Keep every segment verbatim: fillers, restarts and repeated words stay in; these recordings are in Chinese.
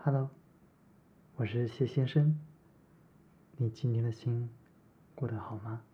Hello，我是谢先生，你今天的心过得好吗？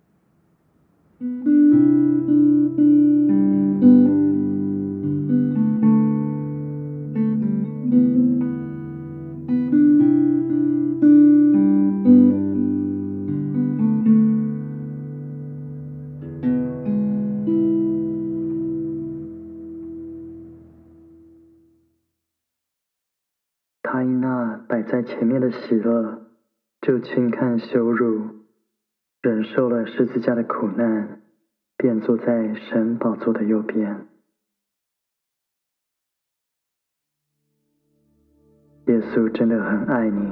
他因那摆在前面的喜乐，就轻看羞辱，忍受了十字架的苦难，便坐在神宝座的右边。耶稣真的很爱你，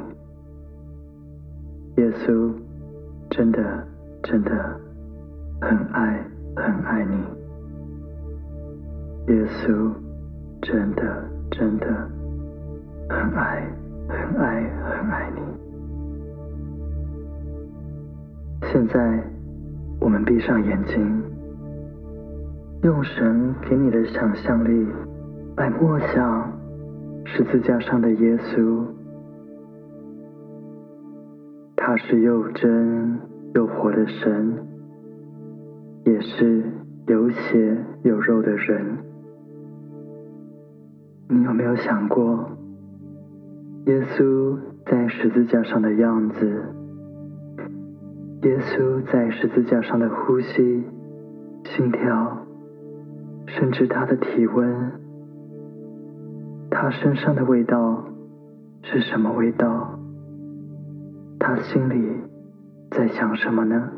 耶稣真的真的很爱很爱你，耶稣真的真的很爱很爱很爱你。现在我们闭上眼睛，用神给你的想象力来默想十字架上的耶稣。他是又真又活的神，也是有血有肉的人。你有没有想过耶稣在十字架上的样子？耶稣在十字架上的呼吸、心跳，甚至他的体温，他身上的味道是什么味道？他心里在想什么呢？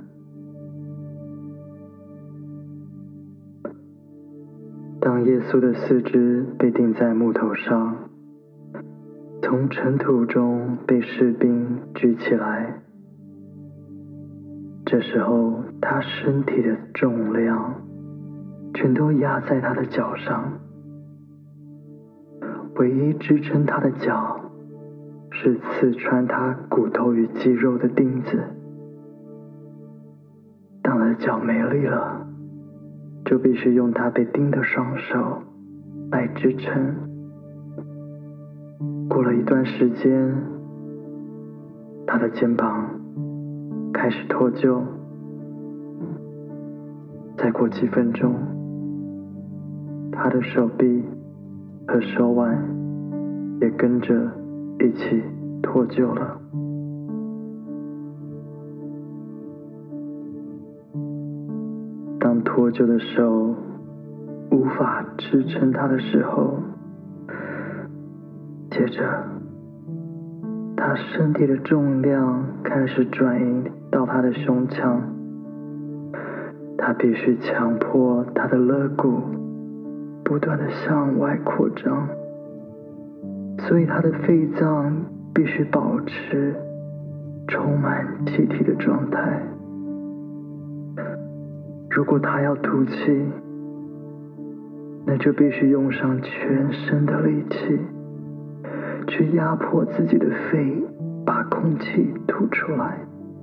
当耶稣的四肢被钉在木头上，从尘土中被士兵举起来，这时候他身体的重量全都压在他的脚上，唯一支撑他的脚是刺穿他骨头与肌肉的钉子。当他的脚没力了，就必须用他被钉的双手来支撑。过了一段时间，他的肩膀开始脱臼，再过几分钟，他的手臂和手腕也跟着一起脱臼了。当脱臼的手无法支撑他的时候，接着他身体的重量开始转移到他的胸腔，他必须强迫他的肋骨不断地向外扩张，所以他的肺脏必须保持充满气体的状态。如果他要吐气，那就必须用上全身的力气去压迫自己的肺，把空气吐出来。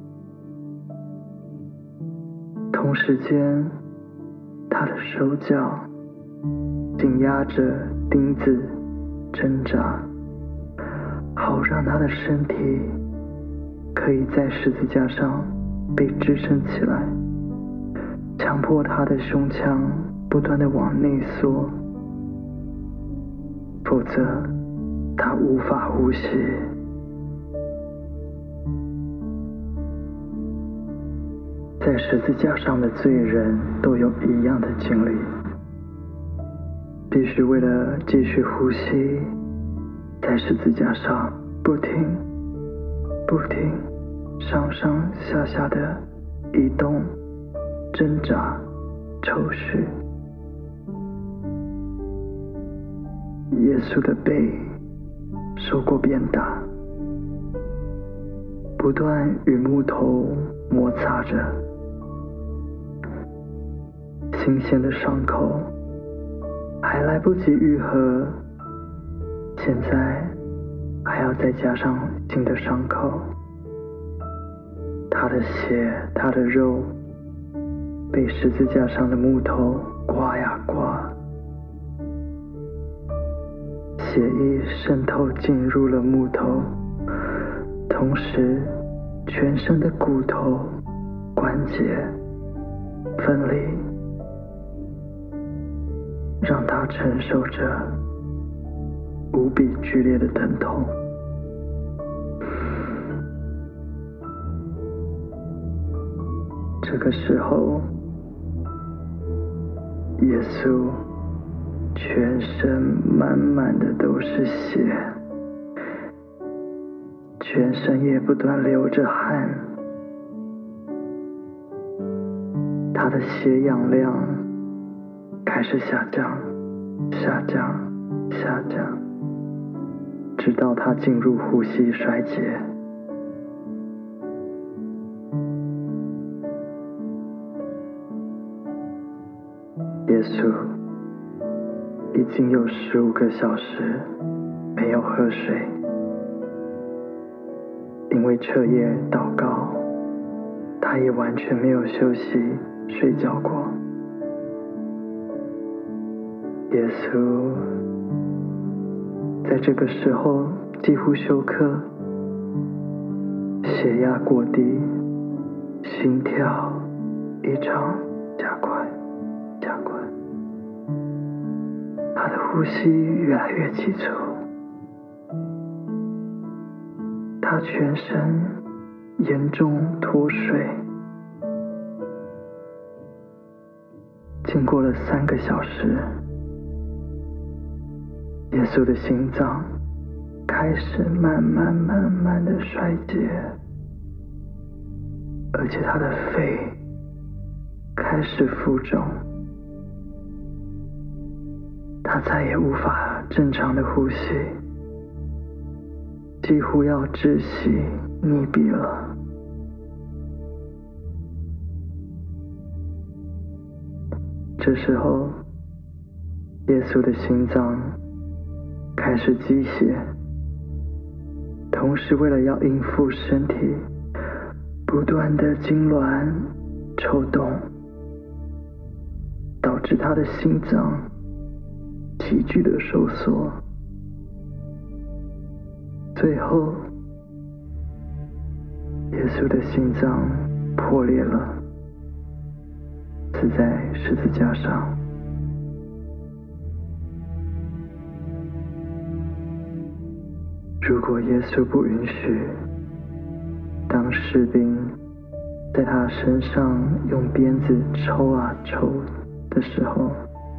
同时间，他的手脚紧压着钉子挣扎，好让他的身体可以在十字架上被支撑起来，强迫他的胸腔不断地往内缩，否则他无法呼吸。在十字架上的罪人都有一样的经历，必须为了继续呼吸，在十字架上不停不停上上下下的移动、挣扎、抽搐。耶稣的背受过鞭打，不断与木头摩擦着，新鲜的伤口还来不及愈合，现在还要再加上新的伤口。他的血，他的肉被十字架上的木头刮呀刮， 血液渗透进入了木头，同时全身的骨头、关节分离，让他承受着无比剧烈的疼痛。这个时候，耶稣全身满满的都是血，全身也不断流着汗，他的血氧量开始下降，下降，下降，直到他进入呼吸衰竭。耶稣已经有十五个小时没有喝水，因为彻夜祷告，他也完全没有休息睡觉过。耶稣在这个时候几乎休克，血压过低，心跳异常加快加快，他的呼吸越来越急促，他全身严重脱水。经过了三个小时，耶稣的心脏开始慢慢慢慢的衰竭，而且他的肺开始浮肿，他再也无法正常的呼吸，几乎要窒息溺毙了。这时候，耶稣的心脏开始积血，同时为了要应付身体不断的痉挛抽动，导致他的心脏急剧的收缩，最后耶稣的心脏破裂了，死在十字架上。如果耶稣不允许，当士兵在他身上用鞭子抽啊抽的时候，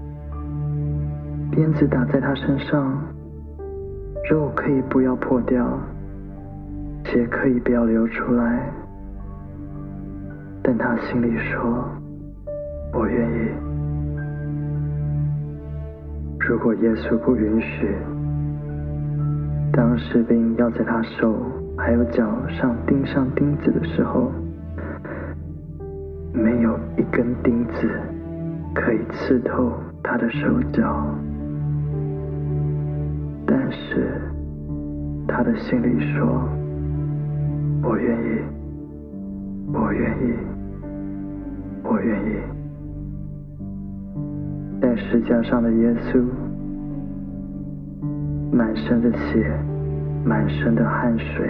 鞭子打在他身上，肉可以不要破掉，血可以不要流出来，但他心里说：“我愿意。”如果耶稣不允许，当士兵要在他手还有脚上钉上钉子的时候，没有一根钉子可以刺透他的手脚，但是他的心里说：“我愿意，我愿意，我愿意。”在石架上的耶稣，满身的血，满身的汗水，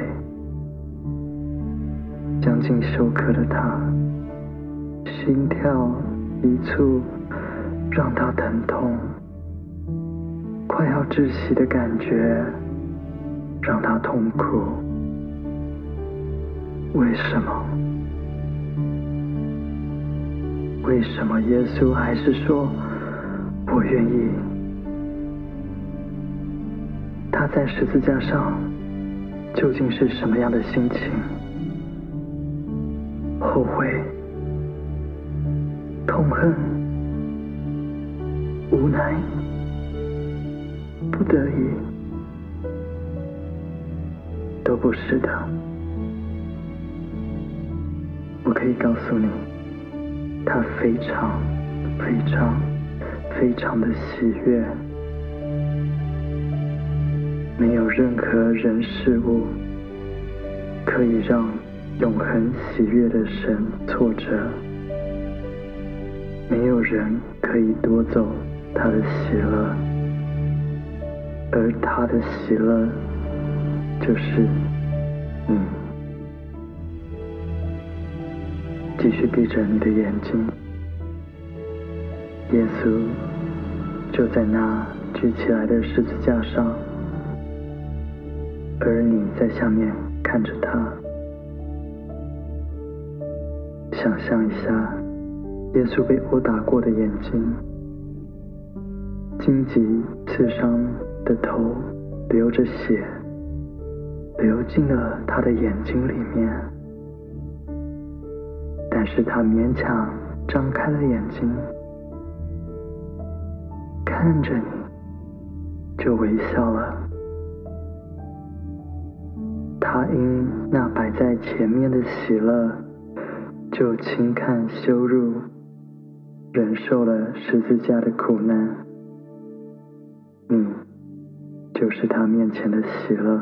将近休克的他，心跳急促，让他疼痛，快要窒息的感觉让他痛苦。为什么？为什么耶稣还是说我愿意？他在十字架上究竟是什么样的心情？后悔、痛恨、无奈、不得已，都不是的。我可以告诉你，他非常、非常、非常的喜悦。没有任何人事物可以让永恒喜悦的神挫折，没有人可以夺走他的喜乐。 而他的喜乐就是你。继续闭着你的眼睛，耶稣就在那举起来的十字架上，而你在下面看着他。想象一下耶稣被殴打过的眼睛，荆棘刺伤的头流着血，流进了他的眼睛里面，但是他勉强张开了眼睛，看着你就微笑了。他因那摆在前面的喜乐，就轻看羞辱，忍受了十字架的苦难。你就是他面前的喜乐。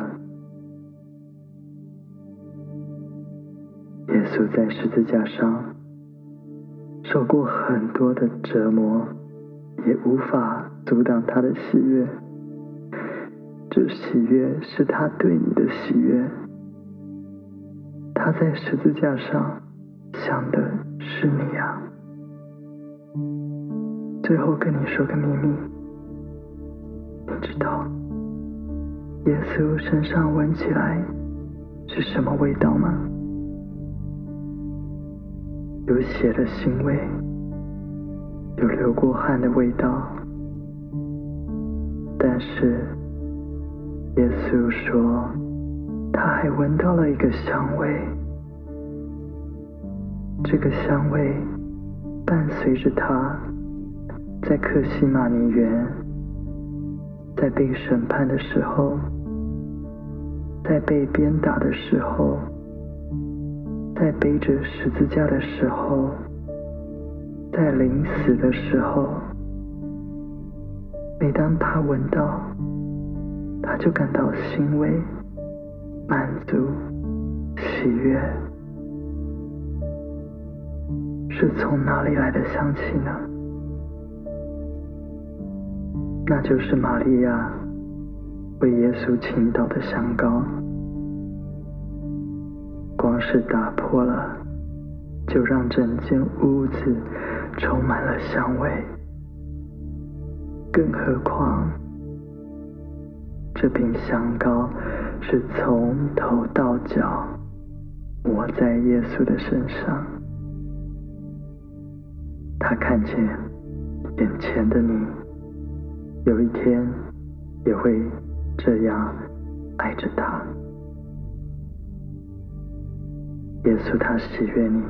耶稣在十字架上受过很多的折磨，也无法阻挡他的喜悦。这喜悦是他对你的喜悦。他在十字架上想的是你啊。最后跟你说个秘密，你知道耶稣身上闻起来是什么味道吗？有血的腥味，有流过汗的味道，但是耶稣说他还闻到了一个香味。这个香味伴随着他在客西马尼园，在被审判的时候，在被鞭打的时候，在背着十字架的时候，在临死的时候，每当他闻到，他就感到欣慰、满足、喜悦。是从哪里来的香气呢？那就是玛利亚为耶稣倾倒的香膏。光是打破了，就让整间屋子充满了香味。更何况这瓶香膏是从头到脚抹在耶稣的身上。他看见眼前的你，有一天也会这样爱着他。耶稣他喜悦你，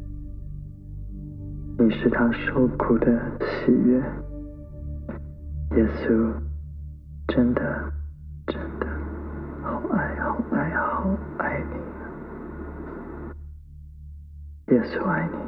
你是他受苦的喜悦。耶稣真的真的好爱好爱好爱你。耶稣爱你。